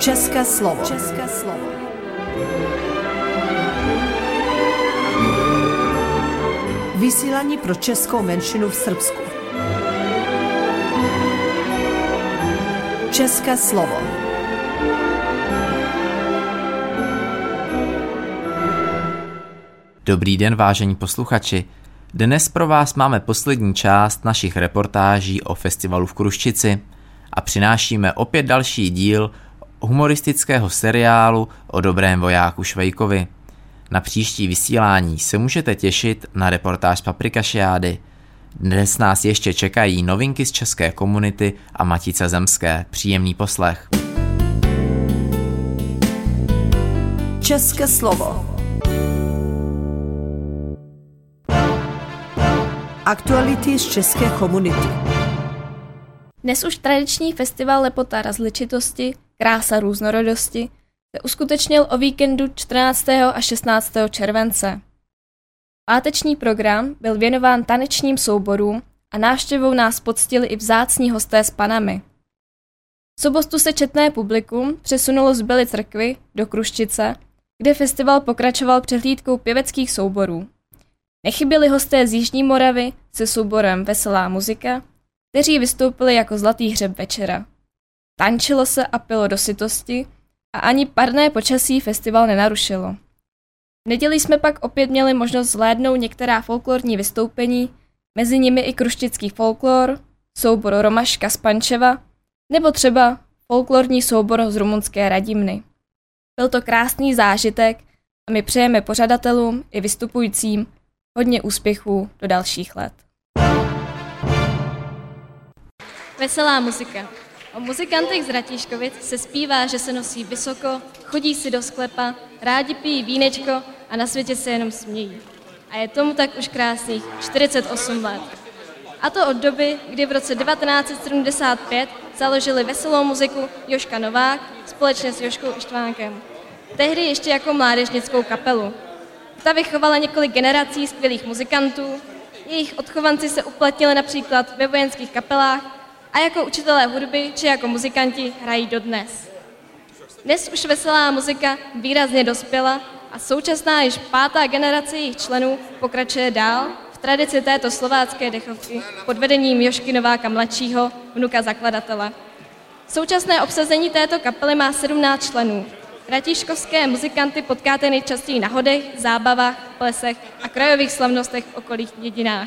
České slovo. České slovo. Vysílání pro českou menšinu v Srbsku. České slovo. Dobrý den, vážení posluchači. Dnes pro vás máme poslední část našich reportáží o festivalu v Kruščici a přinášíme opět další díl humoristického seriálu o dobrém vojáku Švejkovi. Na příští vysílání se můžete těšit na reportáž z Paprikašiády. Dnes nás ještě čekají novinky z české komunity a Matice zemské. Příjemný poslech. České slovo. Aktuality z české komunity. Dnes už tradiční festival Lepota rozličitosti, krása různorodosti se uskutečnil o víkendu 14. a 16. července. Páteční program byl věnován tanečním souborům a návštěvou nás poctili i vzácní hosté s panami. V sobotu se četné publikum přesunulo z Bely Crkvy do Kruščice, kde festival pokračoval přehlídkou pěveckých souborů. Nechyběli hosté z Jižní Moravy se souborem Veselá muzika, kteří vystoupili jako zlatý hřeb večera. Tančilo se a pilo do sytosti a ani parné počasí festival nenarušilo. V neděli jsme pak opět měli možnost zhlédnout některá folklorní vystoupení, mezi nimi i kruščický folklor, soubor Romaška z Pančeva nebo třeba folklorní soubor z rumunské Radimny. Byl to krásný zážitek a my přejeme pořadatelům i vystupujícím hodně úspěchů do dalších let. Veselá muzika. O muzikantech z Ratíškovic se zpívá, že se nosí vysoko, chodí si do sklepa, rádi pijí vínečko a na světě se jenom smějí. A je tomu tak už krásných 48 let. A to od doby, kdy v roce 1975 založili veselou muziku Jožka Novák společně s Jožkou Ištvánkem. Tehdy ještě jako mládežnickou kapelu. Ta vychovala několik generací skvělých muzikantů, jejich odchovanci se uplatnili například ve vojenských kapelách a jako učitelé hudby či jako muzikanti hrají dodnes. Dnes už veselá muzika výrazně dospěla a současná již 5. generace jejich členů pokračuje dál v tradici této slovácké dechovky pod vedením Jožky Nováka mladšího, vnuka zakladatele. Současné obsazení této kapely má 17 členů. Ratíškovské muzikanty potkáte nejčastěji na hodech, zábavách, plesech a krajových slavnostech v okolních dědinách.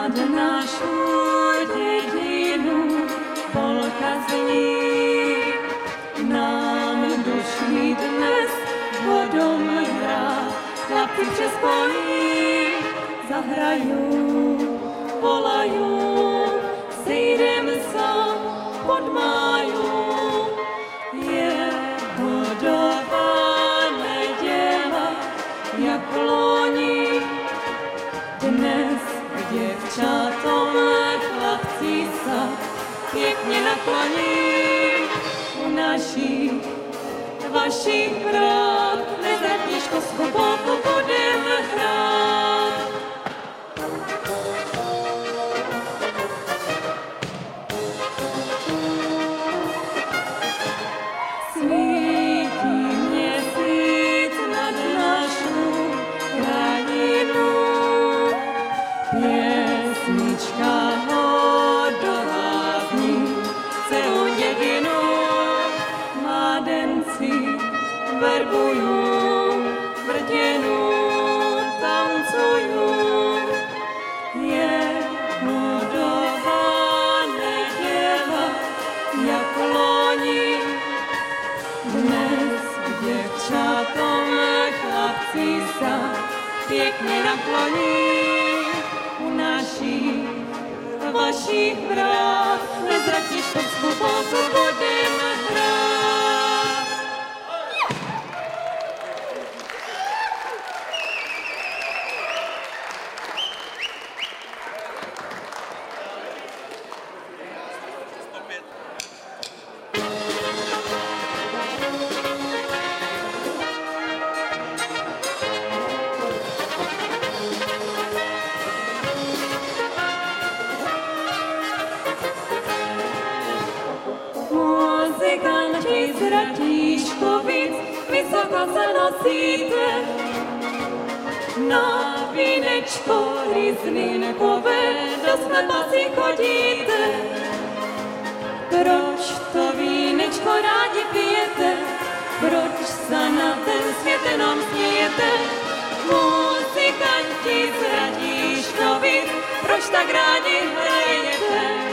nad našu dědinu polka zní. Nám duší dnes vodou hrá, chlapci přes polí zahrajú, volajú, sejdem sa pod máju. Je hodová neděla, jak loni, dnes děvčatom chlapci sa pěkně nakloní. U našich, vašich vrát, nezradíško s chopolkou budem hrát. Svítí měsíc nad našu krajinu, pěsnička hodová zní celou dědinu. Mládenci verbujú, vrtěnu tancujú. Je hodová neděla, jak loni, dnes děvčatom chlapci sa pěkně nakloní. U našich, vašich vrát, nezratíško s chopolkou budem hrát. Muzikanti z Ratíškovic vysoko se nosíte, na vínečko ryzlinkové do sklepa si chodíte. Proč to vínečko rádi pijete, proč se na ten svět jenom smějete? Muzikanti z Ratíškovic, proč tak rádi hrajete?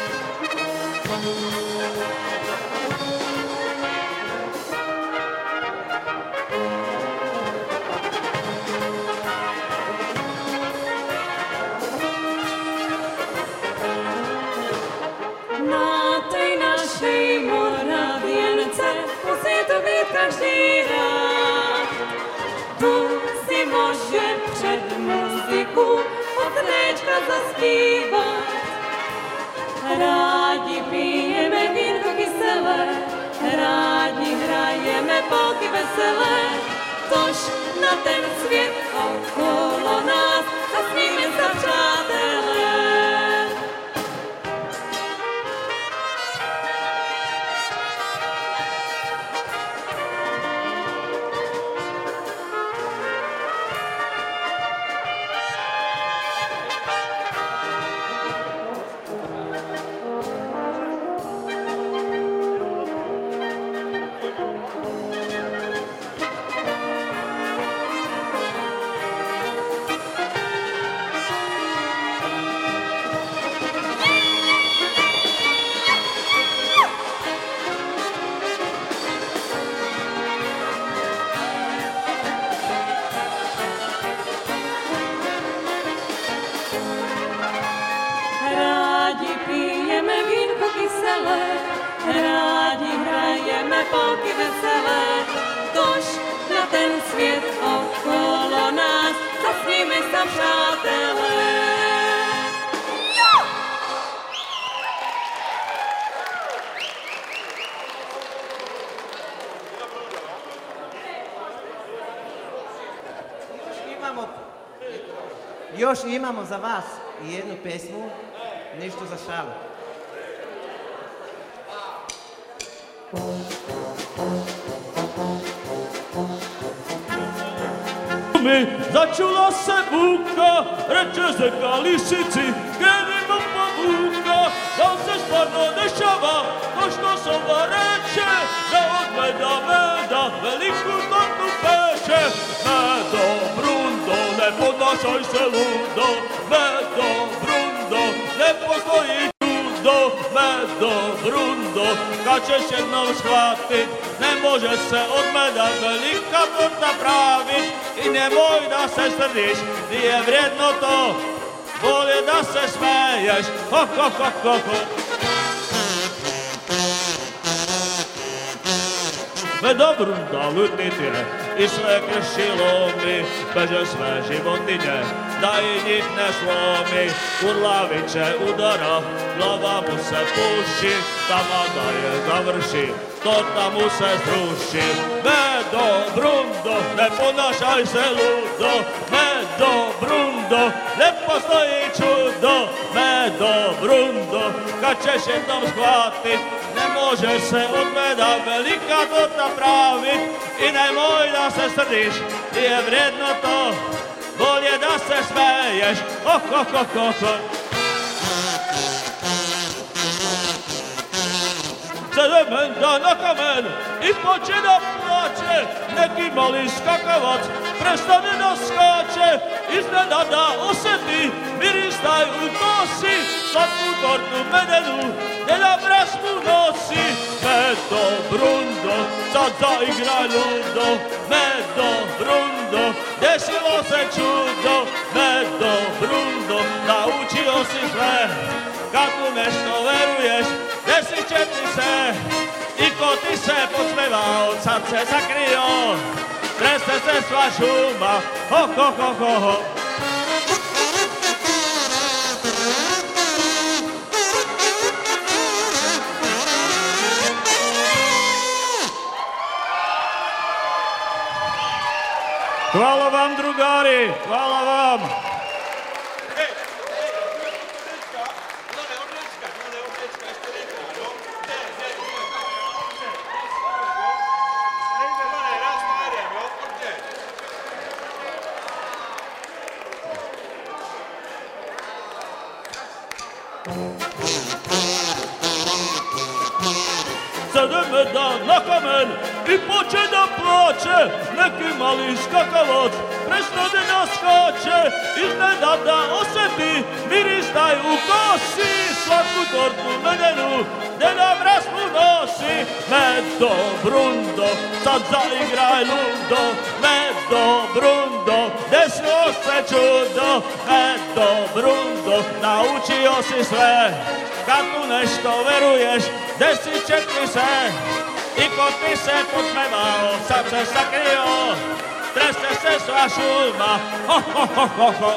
Na tej našej Moravience musí to být každý rád. Tu si může před muziku od srdéčka zaspívat. Rádi pijeme vínko kyselé, rádi hrajeme polky veselé, tož na ten svět okolo nás zasmíme sa přátelé. Rádi hrajeme polky veselé, tož na ten svět okolo nás zasníme sa přátelé. Jo! Još imamo za vas jednu pesmu, nešto za šalu. Začula se buka, reče zeka lisici, krenimo povuka, da se stvarno dešava, to što sova reče, da od meda veliku tortu peče. Medo, brundo, ne podnašaj se ludo, medo, brundo. Medo, Brundo, kad ćeš jednom shvatit, ne može se od meda velika torta pravit. I nemoj da se srdiš, nije vrijedno to, bolje da se smeješ, ho, ho, ho, ho, ho. Medo, Brunda, lutnit je i sve kršilo mi, beže sve životinje, da i njih ne slomi. U glaviće udara, glava mu se puši, tamo da je završi, torta mu se zruši. Medo, Brundo, ne ponašaj se ludo, Medo, Brundo, ne postoji čudo. Medo, Brundo, kad ćeš jednom shvatit, ne može se od meda velika torta pravit. I nemoj da se srdiš, nije vrijedno to, bolje da se smeješ, oh, oh, oh, oh, oh. Sede menda na kamen i poče da plače, neki mali skakavac prestane da skače. Iznenada osjeti miris taj u nosi, slatku tortu medenu, njena mraz mu nosi. Medo, Brundo, sad zaigraj ludo, Medo, Brundo, desilo se čudo. Medo, Brundo, naučio si sve, kad u nešto veruješ, desit će ti se. I ko ti se podsmevao, sad se sakrio, trese se sva šuma, ho, ho, ho, ho, ho. Hvala vam, drugari, hvala vam. Sede meda na kamen i poče da plače, neki mali skakavac prestane da skače. Iznenada osjeti miris taj u kosi, slatku tortu medenu, njena mraz mu nosi. Medo, Brundo, sad zaigraj ludo, Medo, Brundo, desilo se čudo. Medo, Brundo, naučio si sve, kad u nešto veruješ, desit će ti se. I ko ti se podsmevao, sad se sakrio, trese se sva šuma, ho, ho, ho, ho, ho.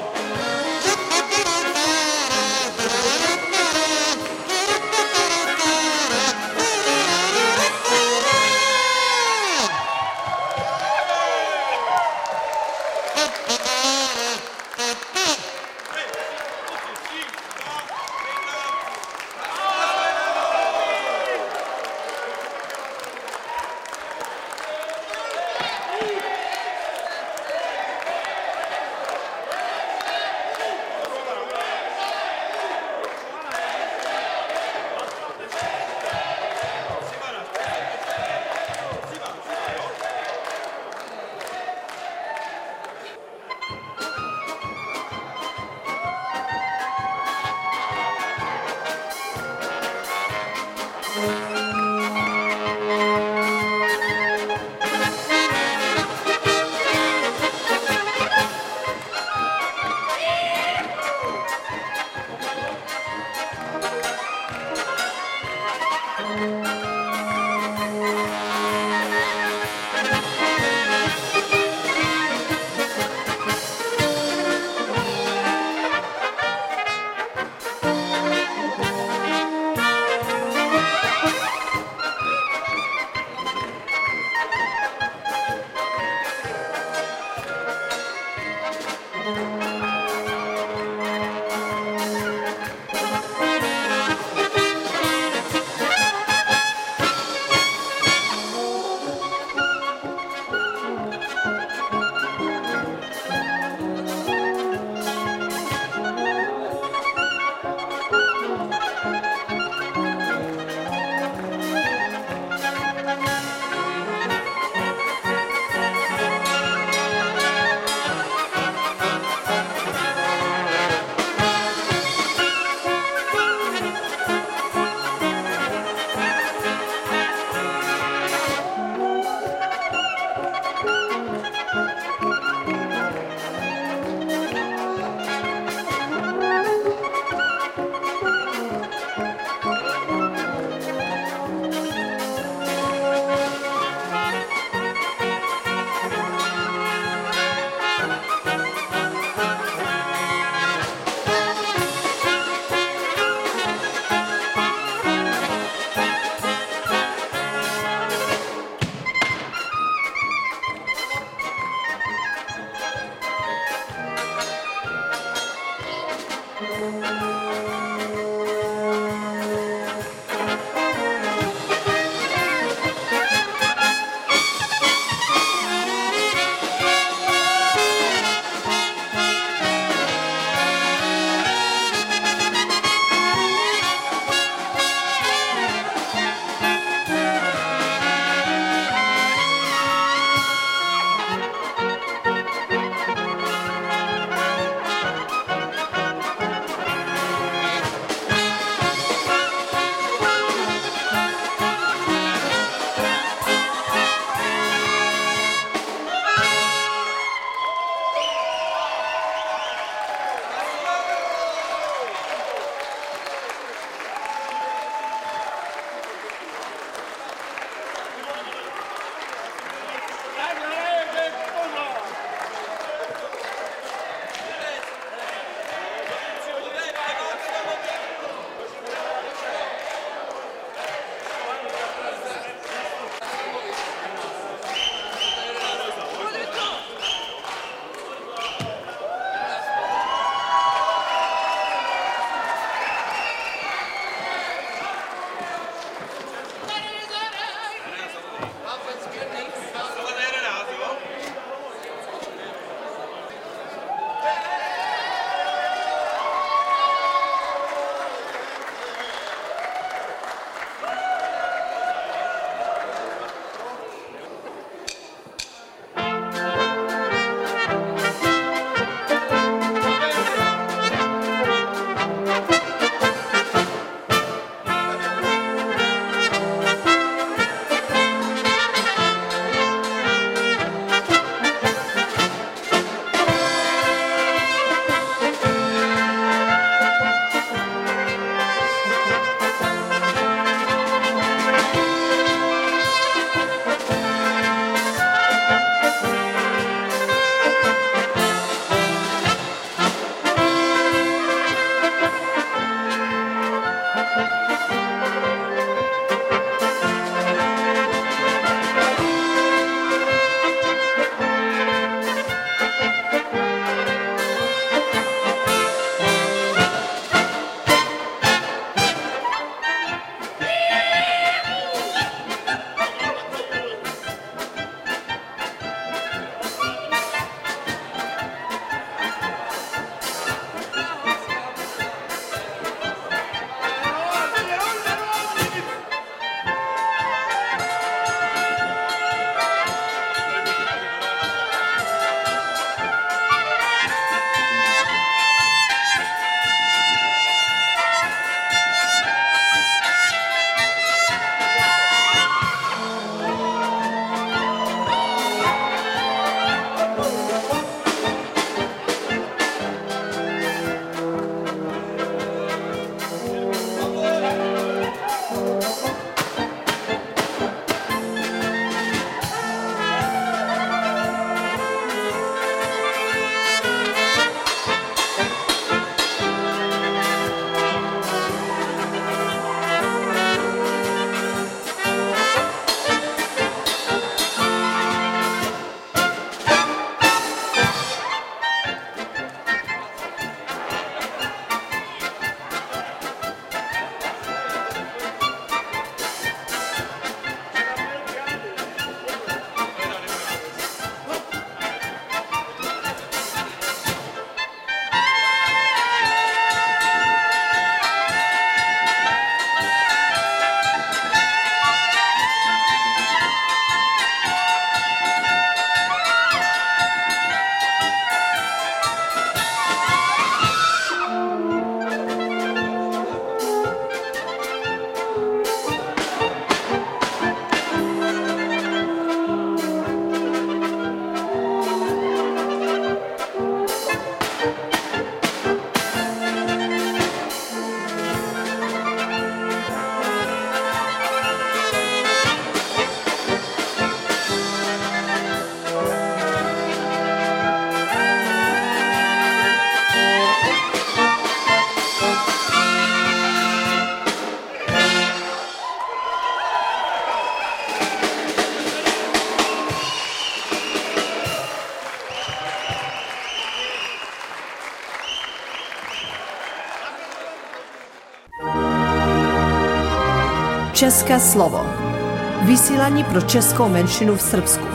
České slovo. Vysílání pro českou menšinu v Srbsku.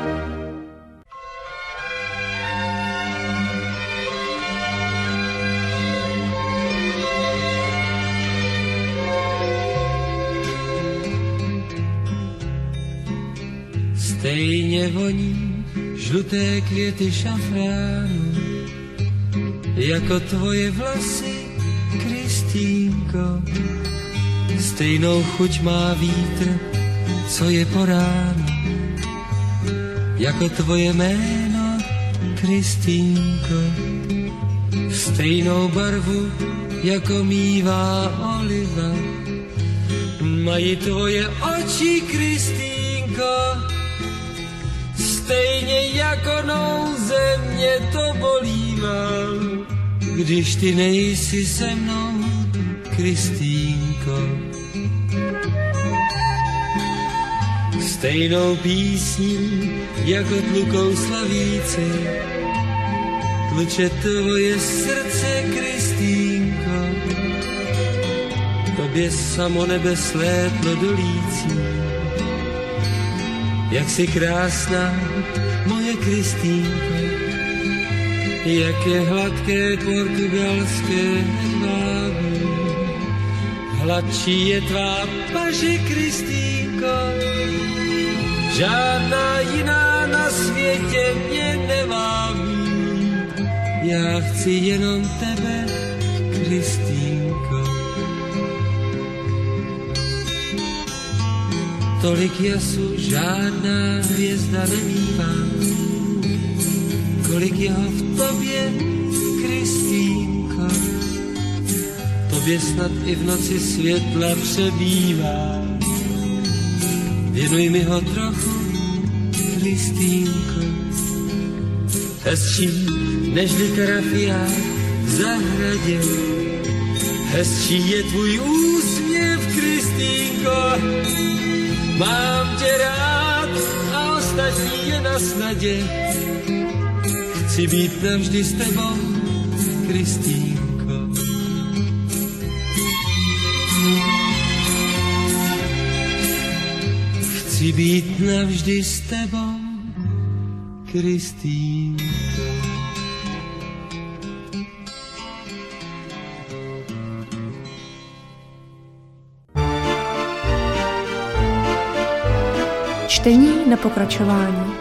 Stejně voní žluté květy šafránu, jako tvoje vlasy, Kristýnko. Stejnou chuť má vítr, co je po ránu, jako tvoje jméno, Kristýnko. Stejnou barvu, jako mívá oliva, mají tvoje oči, Kristýnko. Stejně jako nouze mě to bolívá, když ty nejsi se mnou, Kristýnko. Stejnou písní, jako tlukou slavíci, tluče tvoje srdce, Kristýnko. Tobě samo nebe slétlo dolící, jak jsi krásná, moje Kristýnko, jak je hladké portugalské hedvábí. Hladčí je tvá paže, Kristýnko, žádná jiná na světě mě nevábí. Já chci jenom tebe, Kristýnko. Tolik jasu žádná hvězda nemívá, kolik jeho v tobě, Kristýnko. Tobě snad i v noci světla přebývá. Věnuj mi ho trochu, Kristýnko. Hezčí nežli karafiát v zahradě, hezčí je tvůj úsměv, Kristýnko. Mám tě rád a ostatní je na snadě. Chci být navždy s tebou, Kristýnko. Chci být navždy s tebou, Kristýnko. Čtení na pokračování.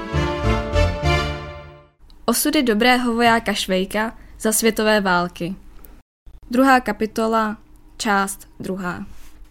Osudy dobrého vojáka Švejka za světové války. 2. kapitola, část 2.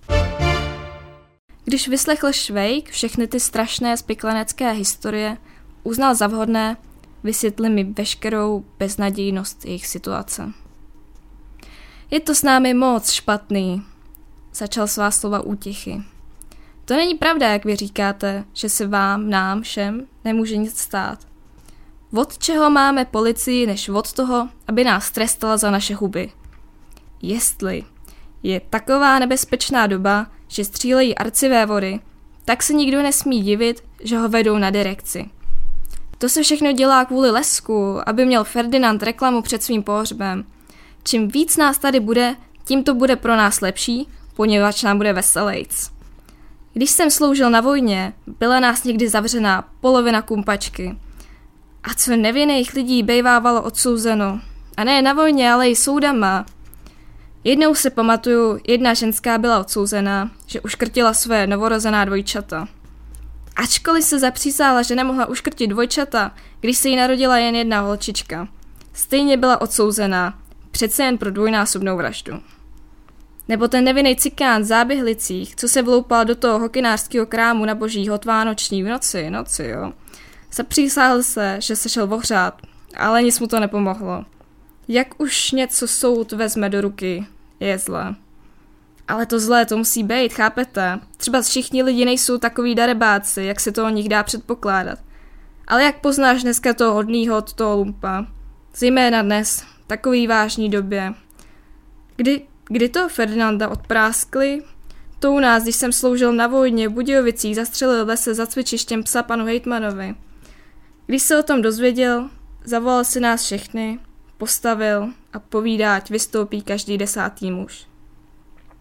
Když vyslechl Švejk všechny ty strašné spiklenecké historie, uznal za vhodné vysvětlit mi veškerou beznadějnost jejich situace. Je to s námi moc špatný, začal svá slova útěchy. To není pravda, jak vy říkáte, že se vám, nám, všem nemůže nic stát. Od čeho máme policii, než od toho, aby nás trestala za naše huby? Jestli je taková nebezpečná doba, že střílejí arcivévody, tak se nikdo nesmí divit, že ho vedou na direkci. To se všechno dělá kvůli Lesku, aby měl Ferdinand reklamu před svým pohřbem. Čím víc nás tady bude, tím to bude pro nás lepší, poněvadž nám bude veselejc. Když jsem sloužil na vojně, byla nás někdy zavřená polovina kumpačky. A co nevinných lidí bejvávalo odsouzeno. A ne na vojně, ale i soudama. Jednou si pamatuju, jedna ženská byla odsouzená, že uškrtila své novorozená dvojčata. Ačkoliv se zapřísála, že nemohla uškrtit dvojčata, když se jí narodila jen jedna holčička. Stejně byla odsouzená, přece jen pro dvojnásobnou vraždu. Nebo ten nevinný cikán v Záběhlicích, co se vloupal do toho hokynářského krámu na boží hod vánoční v noci, jo. Zapřísáhl se, že se šel ohřát, ale nic mu to nepomohlo. Jak už něco soud vezme do ruky, je zlé. Ale to zlé to musí být, chápete? Třeba všichni lidi nejsou takový darebáci, jak se to o nich dá předpokládat. Ale jak poznáš dneska toho hodnýho od toho lumpa? Zejména dnes, takový vážný době. Kdy to Ferdinanda odpráskli? To u nás, když jsem sloužil na vojně v Budějovicích, zastřelil v lese za cvičištěm psa panu hejtmanovi. Když se o tom dozvěděl, zavolal si nás všechny, postavil a povídá, ať vystoupí každý 10. muž.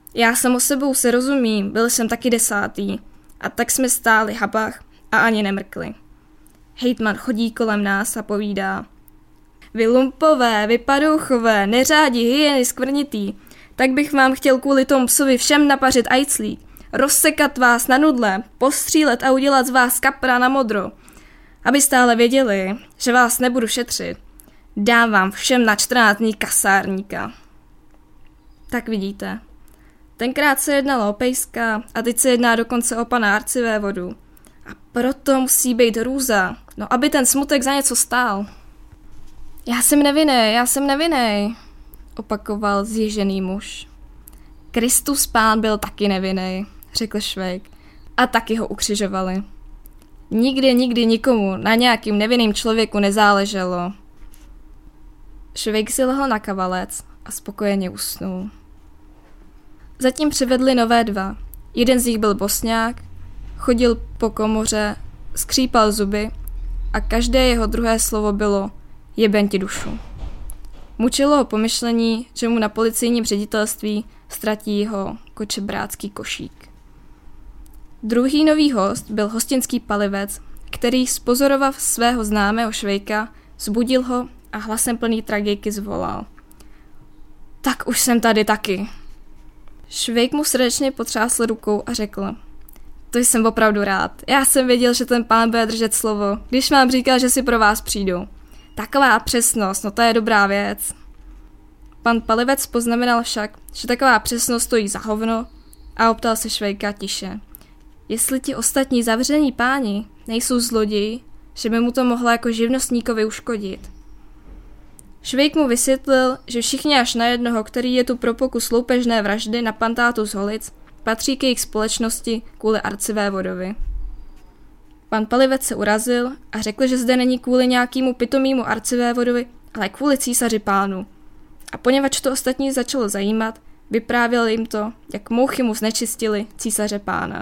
Já samo sebou se rozumím, byl jsem taky 10. A tak jsme stáli habach a ani nemrkli. Hejtman chodí kolem nás a povídá: Vy lumpové, vy padouchové, neřádi, hyeny skvrnitý, tak bych vám chtěl kvůli tomu psovi všem napařit ajclík, rozsekat vás na nudle, postřílet a udělat z vás kapra na modro. Aby stále věděli, že vás nebudu šetřit, dám vám všem na 14 dní kasárníka. Tak vidíte, tenkrát se jednalo o pejska a teď se jedná dokonce o pana arcivévodu. A proto musí být hrůza, no aby ten smutek za něco stál. Já jsem nevinnej, opakoval zježený muž. Kristus pán byl taky nevinnej, řekl Švejk, a taky ho ukřižovali. Nikdy nikomu na nějakým nevinným člověku nezáleželo. Švejk si lehl na kavalec a spokojeně usnul. Zatím přivedli nové 2. Jeden z nich byl bosňák, chodil po komoře, skřípal zuby a každé jeho druhé slovo bylo jeben ti dušu. Mučilo ho pomyšlení, že mu na policejním ředitelství ztratí jeho kočebrácký košík. Druhý nový host byl hostinský palivec, který spozoroval svého známého Švejka, zbudil ho a hlasem plný tragiky zvolal: Tak už jsem tady taky. Švejk mu srdečně potřásl rukou a řekl: To jsem opravdu rád. Já jsem věděl, že ten pán bude držet slovo, když vám říkal, že si pro vás přijdu. Taková přesnost, no to je dobrá věc. Pan palivec poznamenal však, že taková přesnost stojí za hovno a optal se Švejka tiše: Jestli ti ostatní zavření páni nejsou zloději, že by mu to mohlo jako živnostníkovi uškodit. Švejk mu vysvětlil, že všichni až na jednoho, který je tu pro pokus loupežné vraždy na pantátu z Holic, patří k jejich společnosti kvůli arcivévodovi. Pan palivec se urazil a řekl, že zde není kvůli nějakému pitomímu arcivévodovi, ale kvůli císaři pánu. A poněvadž to ostatní začalo zajímat, vyprávěl jim to, jak mouchy mu znečistili císaře pána.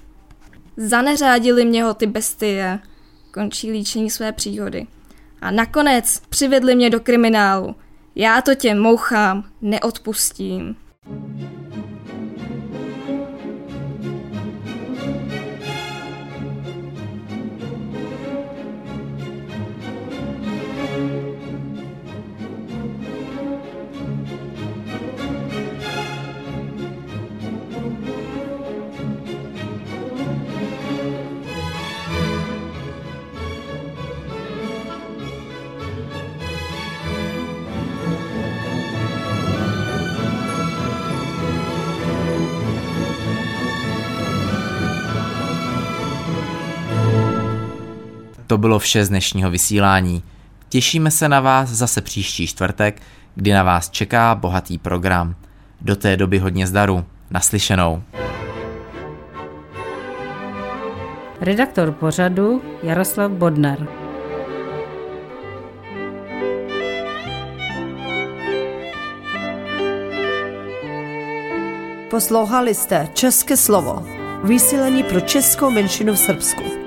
Zaneřádili mě ho ty bestie, končí líčení své příhody. A nakonec přivedli mě do kriminálu. Já to těm mouchám neodpustím. To bylo vše z dnešního vysílání. Těšíme se na vás zase příští čtvrtek, kdy na vás čeká bohatý program. Do té doby hodně zdaru. Naslyšenou. Redaktor pořadu Jaroslav Bodnar. Poslouchali jste České slovo, vysílání pro českou menšinu v Srbsku.